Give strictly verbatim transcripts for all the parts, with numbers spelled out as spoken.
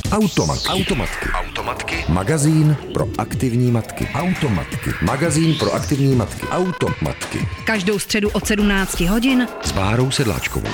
Automatky. Automatky. Automatky. Magazín pro aktivní matky. Automatky. Magazín pro aktivní matky. Automatky. Každou středu od sedmnácti hodin s Bárou Sedláčkovou.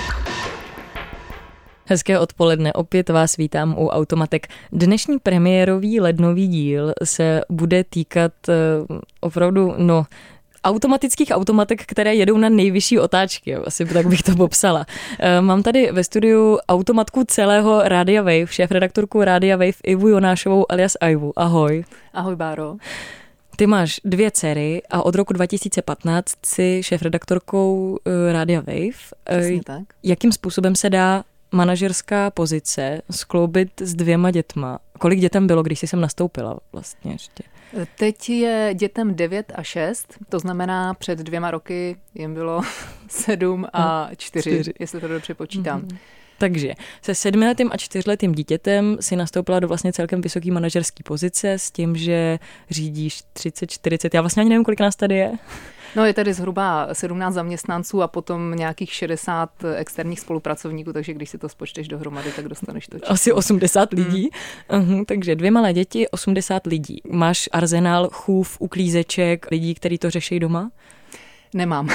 Hezké odpoledne, opět vás vítám u Automatek. Dnešní premiérový lednový díl se bude týkat uh, opravdu, no, automatických automatek, které jedou na nejvyšší otáčky, asi tak bych to popsala. Mám tady ve studiu automatku celého Rádia Wave, šéfredaktorku Rádia Wave Ivu Jonášovou alias Ivu. Ahoj. Ahoj, Báro. Ty máš dvě dcery a od roku dva tisíce patnáct jsi šéfredaktorkou Rádia Wave. Přesně tak. Jakým způsobem se dá manažerská pozice skloubit s dvěma dětma? Kolik dětem bylo, když jsi sem nastoupila vlastně ještě? Teď je dětem devět a šest, to znamená před dvěma roky jim bylo sedm a čtyři, čtyři. Jestli to dobře počítám. Mm-hmm. Takže se sedmiletým a čtyřletým dítětem si nastoupila do vlastně celkem vysoké manažerské pozice s tím, že řídíš třicet, čtyřicet, já vlastně ani nevím, kolik nás tady je. No je tady zhruba sedmnáct zaměstnanců a potom nějakých šedesát externích spolupracovníků, takže když si to spočteš dohromady, tak dostaneš to číslo. Asi osmdesát lidí, hmm. uh-huh, takže dvě malé děti, osmdesát lidí. Máš arzenál chův, uklízeček, lidí, kteří to řeší doma? Nemám.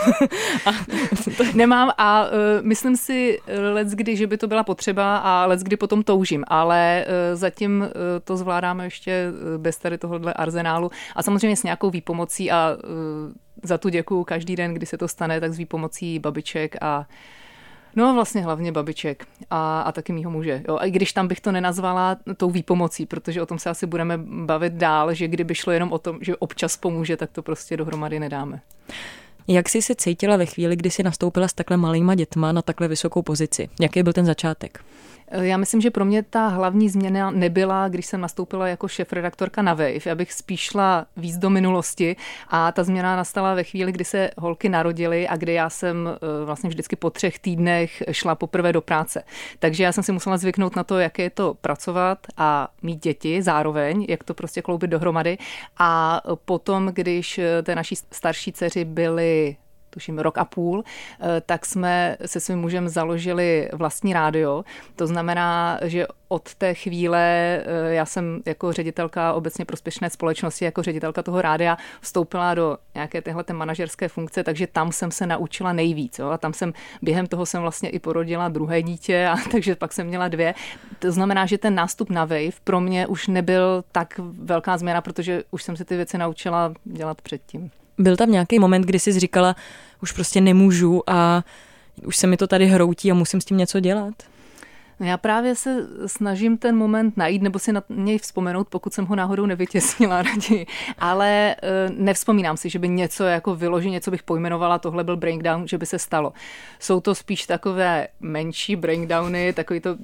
a, Nemám a uh, myslím si leckdy, že by to byla potřeba a leckdy potom toužím, ale uh, zatím uh, to zvládáme ještě bez tady tohohle arzenálu a samozřejmě s nějakou výpomocí a uh, za tu děkuju každý den, kdy se to stane, tak s výpomocí babiček a no vlastně hlavně babiček a, a taky mýho muže. Jo. A i když tam bych to nenazvala tou výpomocí, protože o tom se asi budeme bavit dál, že kdyby šlo jenom o tom, že občas pomůže, tak to prostě dohromady nedáme. Jak jsi se cítila ve chvíli, kdy jsi nastoupila s takhle malýma dětma na takhle vysokou pozici? Jaký byl ten začátek? Já myslím, že pro mě ta hlavní změna nebyla, když jsem nastoupila jako šéfredaktorka na Wave. Já bych spíš šla víc do minulosti a ta změna nastala ve chvíli, kdy se holky narodily a kdy já jsem vlastně vždycky po třech týdnech šla poprvé do práce. Takže já jsem si musela zvyknout na to, jak je to pracovat a mít děti zároveň, jak to prostě kloubit dohromady. A potom, když té naší starší dceři byly tuším rok a půl, tak jsme se svým mužem založili vlastní rádio. To znamená, že od té chvíle já jsem jako ředitelka obecně prospěšné společnosti, jako ředitelka toho rádia vstoupila do nějaké téhleté manažerské funkce, takže tam jsem se naučila nejvíc. Jo? A tam jsem, během toho jsem vlastně i porodila druhé dítě, a takže pak jsem měla dvě. To znamená, že ten nástup na Wave pro mě už nebyl tak velká změna, protože už jsem se ty věci naučila dělat předtím. Byl tam nějaký moment, kdy jsi říkala, už prostě nemůžu a už se mi to tady hroutí a musím s tím něco dělat? Já právě se snažím ten moment najít nebo si na něj vzpomenout, pokud jsem ho náhodou nevytěsnila raději. Ale nevzpomínám si, že by něco jako vyloženě, něco bych pojmenovala, tohle byl breakdown, že by se stalo. Jsou to spíš takové menší breakdowny, takový to...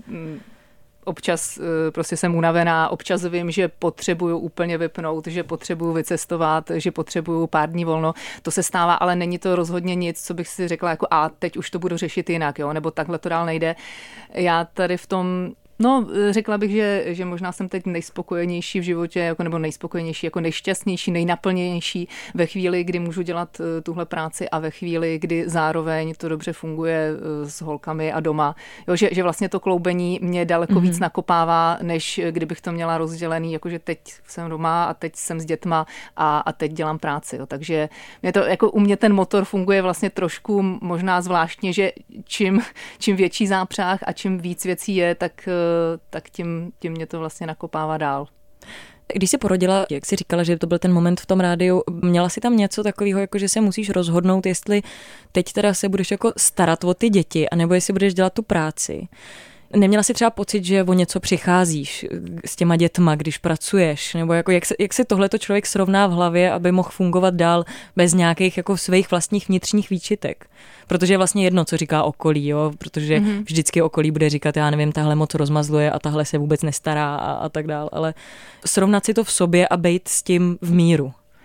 Občas prostě jsem unavená, občas vím, že potřebuju úplně vypnout, že potřebuju vycestovat, že potřebuju pár dní volno. To se stává, ale není to rozhodně nic, co bych si řekla jako a teď už to budu řešit jinak, jo, nebo takhle to dál nejde. Já tady v tom... No, řekla bych, že, že možná jsem teď nejspokojenější v životě, jako, nebo nejspokojenější, jako nejšťastnější, nejnaplněnější ve chvíli, kdy můžu dělat tuhle práci a ve chvíli, kdy zároveň to dobře funguje s holkami a doma. Jo, že, že vlastně to kloubení mě daleko mm-hmm. víc nakopává, než kdybych to měla rozdělený, jakože teď jsem doma a teď jsem s dětma a, a teď dělám práci. Jo. Takže mě to, jako u mě ten motor funguje vlastně trošku možná zvláštně, že čím, čím větší zápřah a čím víc věcí je, tak tak tím, tím mě to vlastně nakopává dál. Když jsi porodila, jak jsi říkala, že to byl ten moment v tom rádiu, měla jsi tam něco takového, jako že se musíš rozhodnout, jestli teď teda se budeš jako starat o ty děti, anebo jestli budeš dělat tu práci. Neměla jsi třeba pocit, že o něco přicházíš s těma dětma, když pracuješ? Nebo jako jak, se, jak se tohleto člověk srovná v hlavě, aby mohl fungovat dál bez nějakých jako svých vlastních vnitřních výčitek? Protože je vlastně jedno, co říká okolí, jo? Protože mm-hmm. vždycky okolí bude říkat, já nevím, tahle moc rozmazluje a tahle se vůbec nestará a, a tak dál. Ale srovnat si to v sobě a bejt s tím v míru.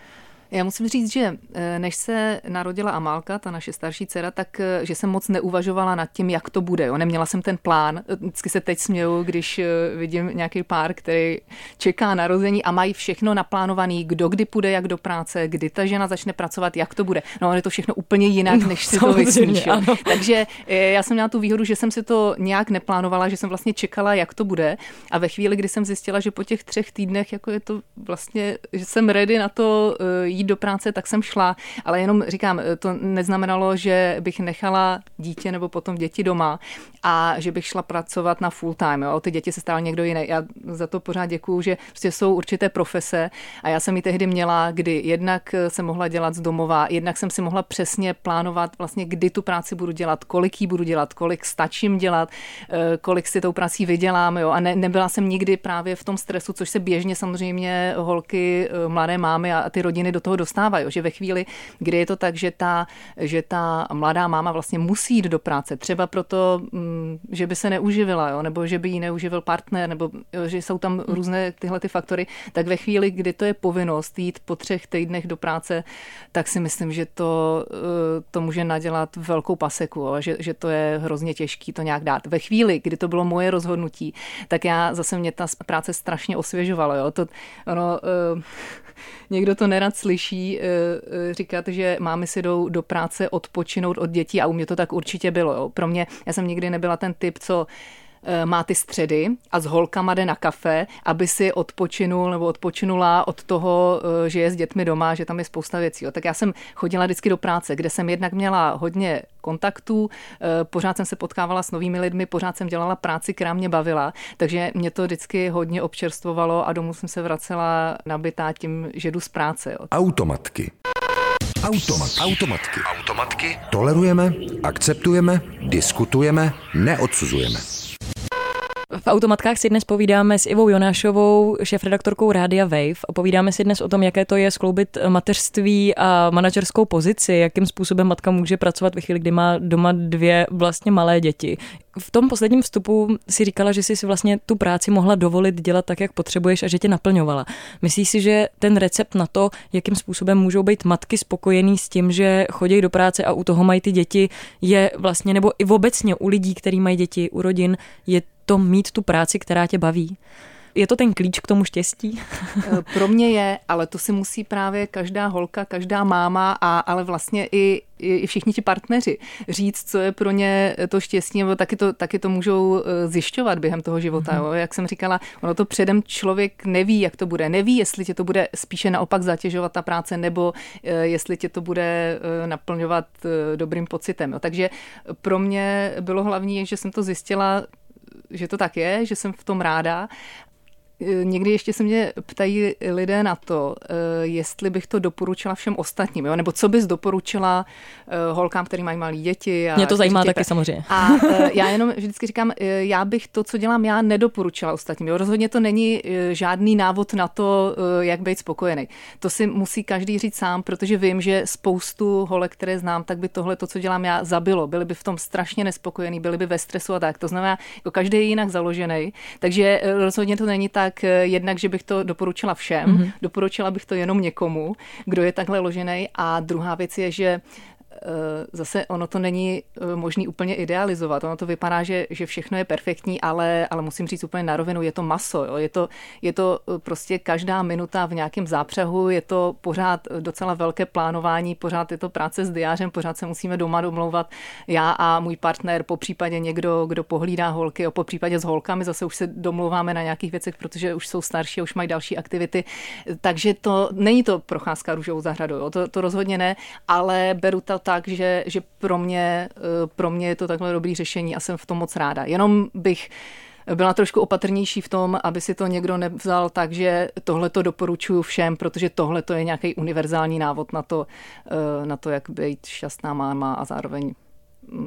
Já musím říct, že než se narodila Amálka, ta naše starší dcera, tak že jsem moc neuvažovala nad tím, jak to bude. Jo. Neměla jsem ten plán. Vždycky se teď směju, když vidím nějaký pár, který čeká narození a mají všechno naplánovaný, kdo kdy půjde, jak do práce, kdy ta žena začne pracovat, jak to bude. No, je to všechno úplně jinak, no, než si to vysníš. Takže já jsem měla tu výhodu, že jsem si to nějak neplánovala, že jsem vlastně čekala, jak to bude. A ve chvíli, kdy jsem zjistila, že po těch třech týdnech, jako je to vlastně, že jsem ready na to jít do práce, tak jsem šla, ale jenom říkám, to neznamenalo, že bych nechala dítě nebo potom děti doma a že bych šla pracovat na full time. Jo. O ty děti se staral někdo jiný. Já za to pořád děkuju, že prostě jsou určité profese a já jsem ji tehdy měla, kdy jednak jsem mohla dělat z domova, jednak jsem si mohla přesně plánovat vlastně, kdy tu práci budu dělat, kolik jí budu dělat, kolik stačím dělat, kolik si tou prací vydělám. Jo. A ne, nebyla jsem nikdy právě v tom stresu, což se běžně samozřejmě holky, mladé mámy a ty rodiny do toho dostávají, že ve chvíli, kdy je to tak, že ta, že ta mladá máma vlastně musí jít do práce, třeba proto, že by se neuživila, jo, nebo že by jí neuživil partner, nebo jo, že jsou tam různé tyhle ty faktory, tak ve chvíli, kdy to je povinnost jít po třech týdnech do práce, tak si myslím, že to, to může nadělat velkou paseku, jo, že, že to je hrozně těžký to nějak dát. Ve chvíli, kdy to bylo moje rozhodnutí, tak já zase mě ta práce strašně osvěžovala. Jo. To, ono, uh, někdo to nerad slyší uh, říkat, že mámy si jdou do práce odpočinout od dětí a u mě to tak určitě bylo. Jo. Pro mě, já jsem nikdy nebyla ten typ, co má ty středy a s holkama jde na kafe, aby si odpočinul nebo odpočinula od toho, že je s dětmi doma, že tam je spousta věcí. Jo. Tak já jsem chodila vždycky do práce, kde jsem jednak měla hodně kontaktů, pořád jsem se potkávala s novými lidmi, pořád jsem dělala práci, která mě bavila, takže mě to vždycky hodně občerstvovalo a domů jsem se vracela nabitá tím, že jdu z práce. Jo. Automatky. Automat. Automatky. Automatky. Tolerujeme, akceptujeme, diskutujeme, neodsuzujeme. V Automatkách si dnes povídáme s Ivou Jonášovou, šéfredaktorkou Rádia Wave, a povídáme si dnes o tom, jaké to je skloubit mateřství a manažerskou pozici, jakým způsobem matka může pracovat ve chvíli, kdy má doma dvě vlastně malé děti. V tom posledním vstupu si říkala, že jsi si vlastně tu práci mohla dovolit dělat tak, jak potřebuješ a že tě naplňovala. Myslíš si, že ten recept na to, jakým způsobem můžou být matky spokojený s tím, že chodí do práce a u toho mají ty děti, je vlastně, nebo i obecně u lidí, kteří mají děti, u rodin, je to mít tu práci, která tě baví? Je to ten klíč k tomu štěstí? Pro mě je, ale to si musí právě každá holka, každá máma, a, ale vlastně i, i všichni ti partneři říct, co je pro ně to štěstí, nebo taky to, taky to můžou zjišťovat během toho života. Mm-hmm. Jo. Jak jsem říkala, ono to předem člověk neví, jak to bude. Neví, jestli tě to bude spíše naopak zatěžovat ta práce, nebo jestli tě to bude naplňovat dobrým pocitem. Jo. Takže pro mě bylo hlavní, že jsem to zjistila, že to tak je, že jsem v tom ráda. Někdy ještě se mě ptají lidé na to, jestli bych to doporučila všem ostatním, jo? Nebo co bys doporučila holkám, který mají malé děti. A mě to zajímá taky samozřejmě. A já jenom vždycky říkám, já bych to, co dělám já, nedoporučila ostatním. Jo? Rozhodně to není žádný návod na to, jak být spokojený. To si musí každý říct sám, protože vím, že spoustu holek, které znám, tak by tohle, to, co dělám já, zabilo. Byli by v tom strašně nespokojení, byli by ve stresu a tak. To znamená, jako každý je jinak založený, takže rozhodně to není tak, jednak, že bych to doporučila všem, mm-hmm. doporučila bych to jenom někomu, kdo je takhle ložený. A druhá věc je, že zase ono to není možný úplně idealizovat. Ono to vypadá, že, že všechno je perfektní, ale, ale musím říct úplně na rovinu, je to maso. Jo? Je to, je to prostě každá minuta v nějakém zápřehu, je to pořád docela velké plánování, pořád je to práce s diářem, pořád se musíme doma domlouvat já a můj partner, po případě někdo, kdo pohlídá holky, po případě s holkami zase už se domlouváme na nějakých věcech, protože už jsou starší a už mají další aktivity. Takže to není to procházka růžovou zahradou, jo? To, to rozhodně ne, ale beru to tak, že, že pro mě, pro mě je to takhle dobrý řešení a jsem v tom moc ráda. Jenom bych byla trošku opatrnější v tom, aby si to někdo nevzal tak, že tohle to doporučuju všem, protože tohle to je nějaký univerzální návod na to, na to, jak být šťastná máma a zároveň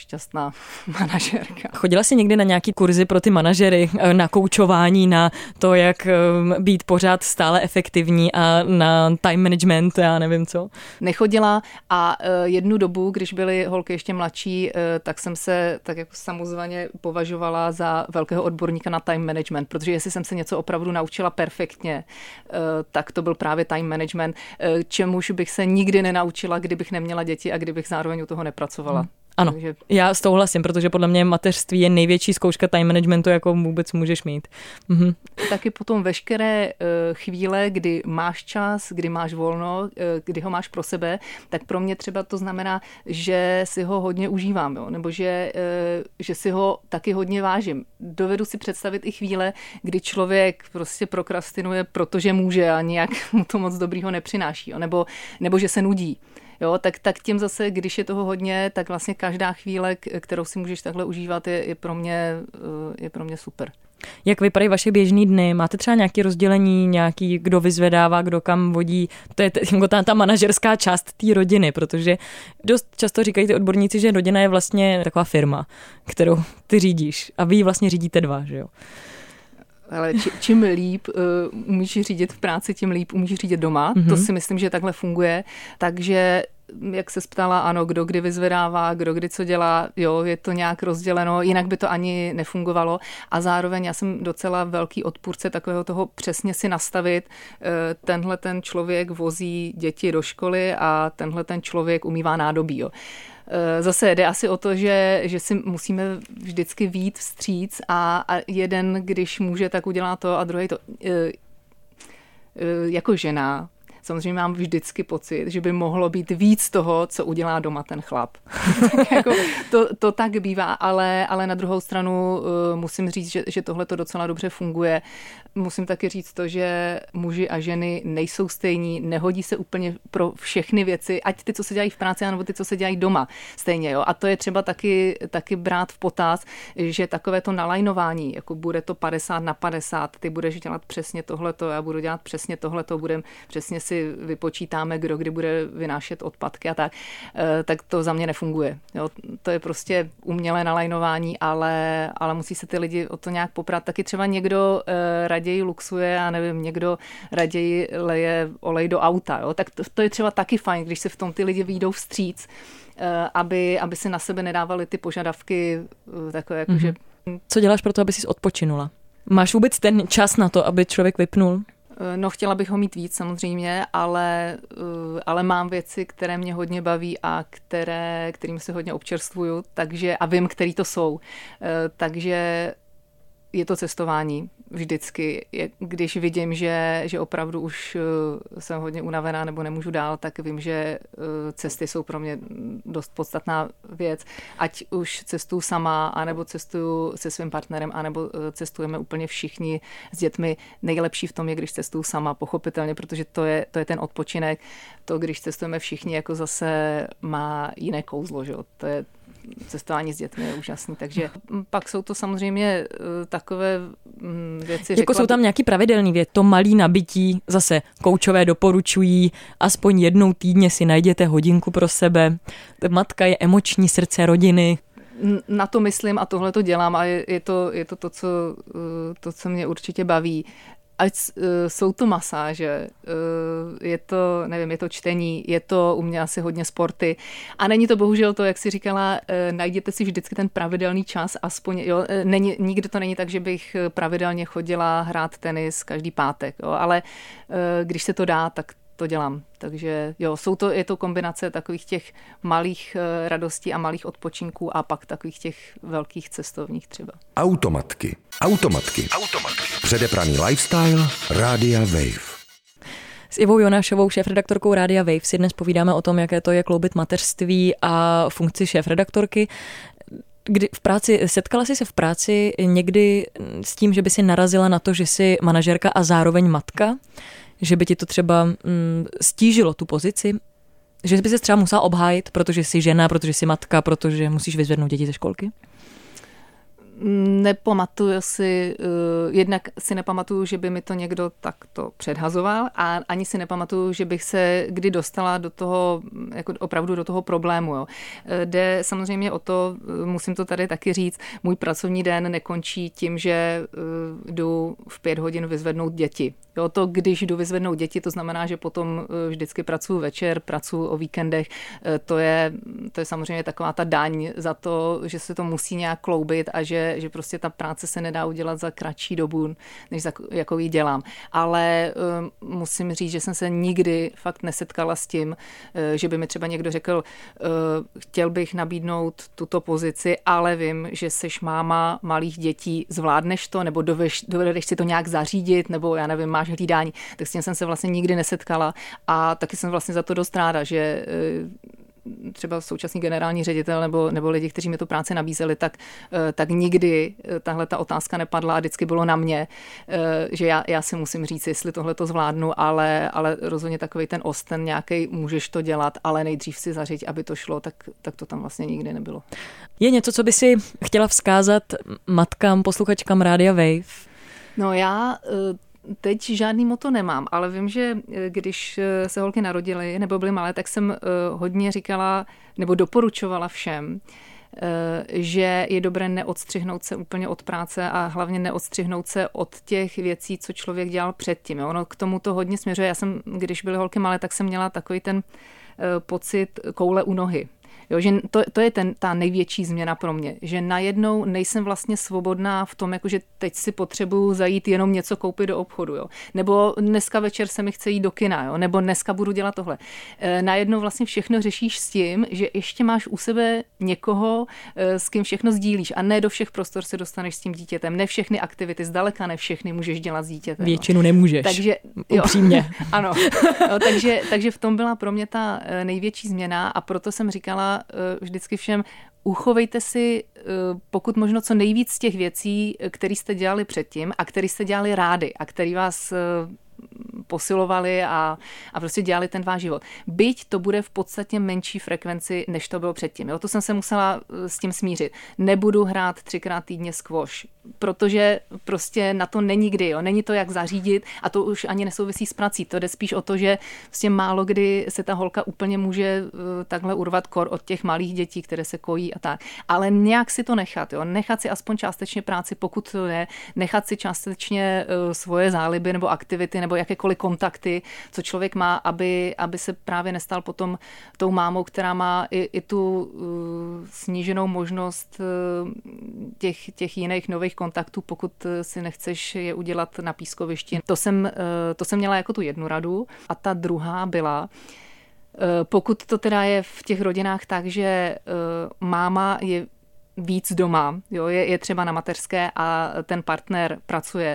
šťastná manažerka. Chodila jsi někdy na nějaký kurzy pro ty manažery, na koučování, na to, jak být pořád stále efektivní a na time management, já nevím co? Nechodila a jednu dobu, když byly holky ještě mladší, tak jsem se tak jako samozvaně považovala za velkého odborníka na time management, protože jestli jsem se něco opravdu naučila perfektně, tak to byl právě time management, čemuž bych se nikdy nenaučila, kdybych neměla děti a kdybych zároveň u toho nepracovala. Hmm. Ano, takže já souhlasím, protože podle mě mateřství je největší zkouška time managementu, jako vůbec můžeš mít. Mhm. Taky potom veškeré chvíle, kdy máš čas, kdy máš volno, kdy ho máš pro sebe, tak pro mě třeba to znamená, že si ho hodně užívám, jo? Nebo že, že si ho taky hodně vážím. Dovedu si představit i chvíle, kdy člověk prostě prokrastinuje, protože může a nějak mu to moc dobrýho nepřináší, jo? Nebo, nebo že se nudí. Jo, tak, tak tím zase, když je toho hodně, tak vlastně každá chvíle, kterou si můžeš takhle užívat, je, je, pro, mě, je pro mě super. Jak vypadají vaše běžný dny? Máte třeba nějaké rozdělení, nějaký, kdo vyzvedává, kdo kam vodí? To je ta, ta manažerská část té rodiny, protože dost často říkají ty odborníci, že rodina je vlastně taková firma, kterou ty řídíš a vy ji vlastně řídíte dva, že jo? Ale či, čím líp uh, umíš řídit v práci, tím líp umíš řídit doma. Mm-hmm. To si myslím, že takhle funguje. Takže, jak se ptala, ano, kdo kdy vyzvedává, kdo kdy co dělá, jo, je to nějak rozděleno, jinak by to ani nefungovalo. A zároveň já jsem docela velký odpůrce takového toho přesně si nastavit. Uh, tenhle ten člověk vozí děti do školy a tenhle ten člověk umývá nádobí, jo. Zase jde asi o to, že, že si musíme vždycky vyjít vstříc a, a jeden, když může, tak udělá to a druhý to. Jako žena samozřejmě mám vždycky pocit, že by mohlo být víc toho, co udělá doma ten chlap. tak jako to, to tak bývá, ale, ale na druhou stranu uh, musím říct, že, že tohle to docela dobře funguje. Musím taky říct to, že muži a ženy nejsou stejní, nehodí se úplně pro všechny věci, ať ty, co se dělají v práci, nebo ty, co se dělají doma stejně. Jo? A to je třeba taky, taky brát v potaz, že takové to nalajnování, jako bude to padesát na padesát, ty budeš dělat přesně tohleto, já budu dělat přesně tohleto, budem přesně si vypočítáme, kdo kdy bude vynášet odpadky a tak, tak to za mě nefunguje. Jo? To je prostě umělé nalajnování, ale, ale musí se ty lidi o to nějak poprat. Taky třeba někdo raději luxuje a nevím, někdo raději leje olej do auta. Jo? Tak to, to je třeba taky fajn, když se v tom ty lidi vyjdou vstříc, aby, aby si na sebe nedávali ty požadavky takové jako, mm-hmm. že... Co děláš pro to, aby jsi odpočinula? Máš vůbec ten čas na to, aby člověk vypnul? No, chtěla bych ho mít víc samozřejmě, ale, ale mám věci, které mě hodně baví a které, kterým se hodně občerstvuju, takže, a vím, který to jsou. Takže je to cestování vždycky. Když vidím, že, že opravdu už jsem hodně unavená nebo nemůžu dál, tak vím, že cesty jsou pro mě dost podstatná věc. Ať už cestuju sama, anebo cestuju se svým partnerem, anebo cestujeme úplně všichni s dětmi. Nejlepší v tom je, když cestuju sama, pochopitelně, protože to je, to je ten odpočinek. To, když cestujeme všichni, jako zase má jiné kouzlo, že? To je cestování s dětmi je úžasný, takže pak jsou to samozřejmě takové věci. Jako jsou tam by... nějaký pravidelný věc, to malý nabití, zase koučové doporučují, aspoň jednou týdně si najděte hodinku pro sebe. Matka je emoční srdce rodiny. Na to myslím a tohle to dělám a je, je, to, je to to, co, to, co mě určitě baví. Ať uh, jsou to masáže, uh, je to, nevím, je to čtení, je to u mě asi hodně sporty. A není to bohužel to, jak jsi říkala, uh, najděte si vždycky ten pravidelný čas, aspoň, jo, uh, není, nikdy to není tak, že bych pravidelně chodila hrát tenis každý pátek, jo, ale uh, když se to dá, tak to dělám. Takže jo, jsou to, je to kombinace takových těch malých uh, radostí a malých odpočinků a pak takových těch velkých cestovních třeba. Automatky. Automatky. Automatky. Předepraný lifestyle Rádia Wave. S Ivou Jonášovou, šéfredaktorkou Rádia Wave, si dnes povídáme o tom, jaké to je kloubit mateřství a funkci šéfredaktorky. Kdy v práci, setkala jsi se v práci někdy s tím, že by si narazila na to, že jsi manažerka a zároveň matka? Že by ti to třeba mm, stížilo tu pozici? Že by se třeba musela obhájit, protože jsi žena, protože jsi matka, protože musíš vyzvednout děti ze školky? Nepamatuju si, uh, jednak si nepamatuju, že by mi to někdo takto předhazoval a ani si nepamatuju, že bych se kdy dostala do toho, jako opravdu do toho problému. Jo. Jde samozřejmě o to, musím to tady taky říct, můj pracovní den nekončí tím, že uh, jdu v pět hodin vyzvednout děti. Jo, to, když jdu vyzvednout děti, to znamená, že potom vždycky pracuji večer, pracuji o víkendech. To je, to je samozřejmě taková ta daň za to, že se to musí nějak kloubit a že, že prostě ta práce se nedá udělat za kratší dobu, než za, jakou ji dělám. Ale uh, musím říct, že jsem se nikdy fakt nesetkala s tím, uh, že by mi třeba někdo řekl, uh, chtěl bych nabídnout tuto pozici, ale vím, že seš máma malých dětí, zvládneš to, nebo dovedeš, dovedeš si to nějak zařídit, nebo já nevím, máš hlídání, tak s tím jsem se vlastně nikdy nesetkala a taky jsem vlastně za to dost ráda, že třeba současný generální ředitel nebo, nebo lidi, kteří mi tu práci nabízeli, tak, tak nikdy tahle ta otázka nepadla a vždycky bylo na mě, že já, já si musím říct, jestli tohle to zvládnu, ale, ale rozhodně takovej ten osten nějaký můžeš to dělat, ale nejdřív si zařiď, aby to šlo, tak, tak to tam vlastně nikdy nebylo. Je něco, co by si chtěla vzkázat matkám, posluchačkám Rádia Wave? No já teď žádný moto nemám, ale vím, že když se holky narodily nebo byly malé, tak jsem hodně říkala nebo doporučovala všem, že je dobré neodstřihnout se úplně od práce a hlavně neodstřihnout se od těch věcí, co člověk dělal předtím. Ono k tomu to hodně směřuje. Já jsem, když byly holky malé, tak jsem měla takový ten pocit koule u nohy. Jo, že to, to je ten, ta největší změna pro mě, že najednou nejsem vlastně svobodná v tom, jakože teď si potřebuju zajít jenom něco koupit do obchodu, jo. Nebo dneska večer se mi chce jít do kina, jo. Nebo dneska budu dělat tohle. E, najednou vlastně všechno řešíš s tím, že ještě máš u sebe někoho, e, s kým všechno sdílíš a ne do všech prostor se dostaneš s tím dítětem. Ne všechny aktivity, zdaleka ne všechny můžeš dělat s dítětem. Většinu jo. nemůžeš. Takže, jo, upřímně. Ano. Jo, takže, takže v tom byla pro mě ta největší změna a proto jsem říkala vždycky všem, uchovejte si pokud možno co nejvíc z těch věcí, které jste dělali předtím a které jste dělali rádi a které vás posilovali a, a prostě dělali ten váš život. Byť to bude v podstatě menší frekvenci, než to bylo předtím. Jo? To jsem se musela s tím smířit. Nebudu hrát třikrát týdně squash, protože prostě na to není kdy. Jo? Není to jak zařídit a to už ani nesouvisí s prací. To jde spíš o to, že prostě málo kdy se ta holka úplně může takhle urvat kor od těch malých dětí, které se kojí a tak. Ale nějak si to nechat. Jo? Nechat si aspoň částečně práci, pokud to je, nechat si částečně svoje záliby nebo aktivity nebo jakékoliv kontakty, co člověk má, aby, aby se právě nestal potom tou mámou, která má i, i tu uh, sníženou možnost uh, těch, těch jiných nových kontaktů, pokud si nechceš je udělat na pískovišti. To jsem, uh, to jsem měla jako tu jednu radu a ta druhá byla, uh, pokud to teda je v těch rodinách tak, že uh, máma je víc doma, jo, je, je třeba na mateřské a ten partner pracuje,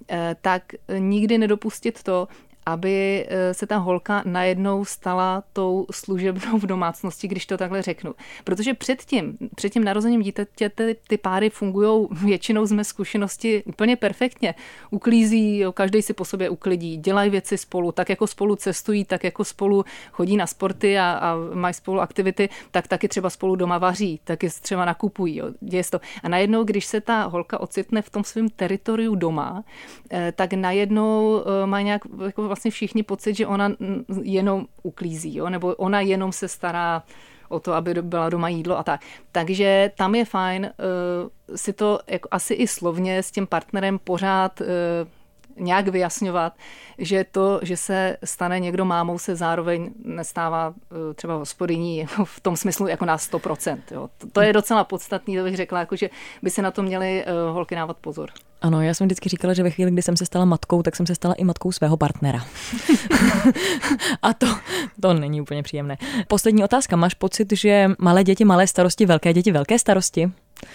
tak nikdy nedopustit to, aby se ta holka najednou stala tou služebnou v domácnosti, když to takhle řeknu. Protože předtím, před tím narozením dítěte ty, ty páry fungují většinou z mé zkušenosti úplně perfektně. Uklízí, jo, každý si po sobě uklidí, dělají věci spolu, tak jako spolu cestují, tak jako spolu chodí na sporty a, a mají spolu aktivity, tak taky třeba spolu doma vaří, taky třeba nakupují. Jo, děje to. A najednou, když se ta holka ocitne v tom svém teritoriu doma, tak najednou má nějak jako vlastně všichni pocit, že ona jenom uklízí, jo? Nebo ona jenom se stará o to, aby byla doma jídlo a tak. Takže tam je fajn uh, si to jako asi i slovně s tím partnerem pořád uh, nějak vyjasňovat, že to, že se stane někdo mámou, se zároveň nestává uh, třeba hospodyní jako v tom smyslu jako na sto procent. Jo? To, to je docela podstatný, to bych řekla, jako, že by se na to měly uh, holky dávat pozor. Ano, já jsem vždycky říkala, že ve chvíli, kdy jsem se stala matkou, tak jsem se stala i matkou svého partnera. A to, to není úplně příjemné. Poslední otázka. Máš pocit, že malé děti, malé starosti, velké děti, velké starosti?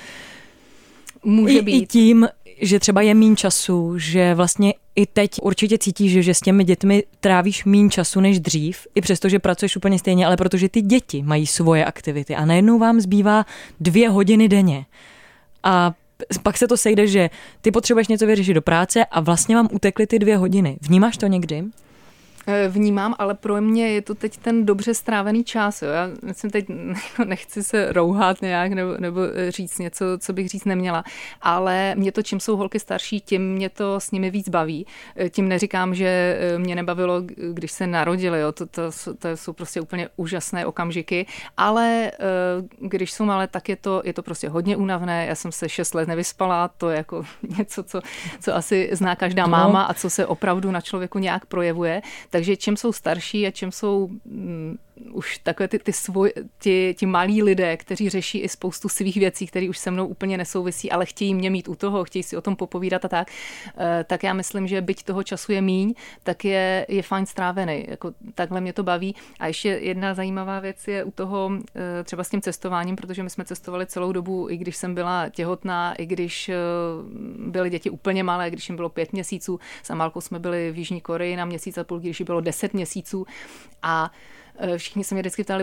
Může I, být. I tím, že třeba je míň času, že vlastně i teď určitě cítíš, že, že s těmi dětmi trávíš míň času než dřív, i přesto, že pracuješ úplně stejně, ale protože ty děti mají svoje aktivity a najednou vám zbývá dvě hodiny denně. A pak se to sejde, že ty potřebuješ něco vyřešit do práce a vlastně vám utekly ty dvě hodiny. Vnímáš to někdy? Vnímám, ale pro mě je to teď ten dobře strávený čas. Jo. Já myslím, teď nechci se rouhat nějak nebo, nebo říct něco, co bych říct neměla, ale mě to, čím jsou holky starší, tím mě to s nimi víc baví. Tím neříkám, že mě nebavilo, když se narodili. Jo. To, to, to jsou prostě úplně úžasné okamžiky, ale když jsou malé, tak je to, je to prostě hodně únavné. Já jsem se šest let nevyspala, to je jako něco, co, co asi zná každá máma a co se opravdu na člověku nějak projevuje. Takže čím jsou starší a čím jsou mm, už takové ty, ty, svoj, ti, ti malí lidé, kteří řeší i spoustu svých věcí, které už se mnou úplně nesouvisí, ale chtějí mě mít u toho, chtějí si o tom popovídat a tak, tak já myslím, že byť toho času je míň, tak je, je fajn strávený. Jako, takhle mě to baví. A ještě jedna zajímavá věc je u toho třeba s tím cestováním, protože my jsme cestovali celou dobu, i když jsem byla těhotná, i když byly děti úplně malé, když jim bylo pět měsíců. S Amálkou jsme byli v Jižní Koreji na měsíc a půl, když jí bylo deset měsíců a všichni se mě vždycky ptali,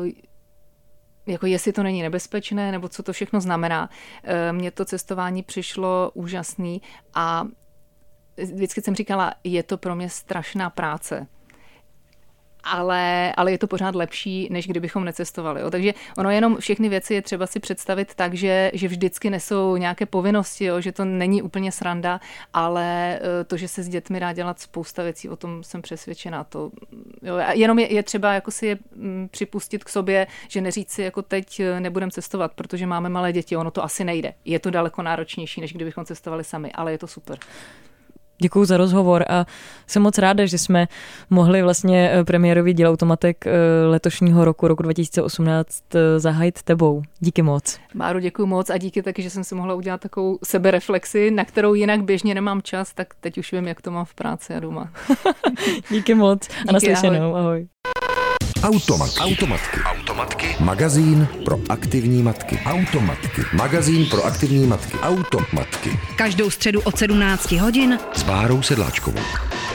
jako jestli to není nebezpečné, nebo co to všechno znamená. Mně to cestování přišlo úžasný a vždycky jsem říkala, je to pro mě strašná práce. Ale, ale je to pořád lepší, než kdybychom necestovali. Jo. Takže ono jenom všechny věci je třeba si představit tak, že, že vždycky nesou nějaké povinnosti, jo, že to není úplně sranda, ale to, že se s dětmi dá dělat spousta věcí, o tom jsem přesvědčená. To, jo. Jenom je, je třeba jako si je připustit k sobě, že neříct si, jako teď nebudem cestovat, protože máme malé děti, ono to asi nejde. Je to daleko náročnější, než kdybychom cestovali sami, ale je to super. Děkuju za rozhovor a jsem moc ráda, že jsme mohli vlastně premiérový díl Automatek letošního roku, roku dva tisíce osmnáct, zahájit tebou. Díky moc. Báro, děkuju moc a díky taky, že jsem si mohla udělat takovou sebereflexi, na kterou jinak běžně nemám čas, tak teď už vím, jak to mám v práci a doma. Díky moc a naslyšenou. Ahoj. ahoj. Automatky. Automatky. Automatky. Magazín pro aktivní matky. Automatky. Magazín pro aktivní matky. Automatky. Každou středu od sedmnácti hodin s Bárou Sedláčkovou.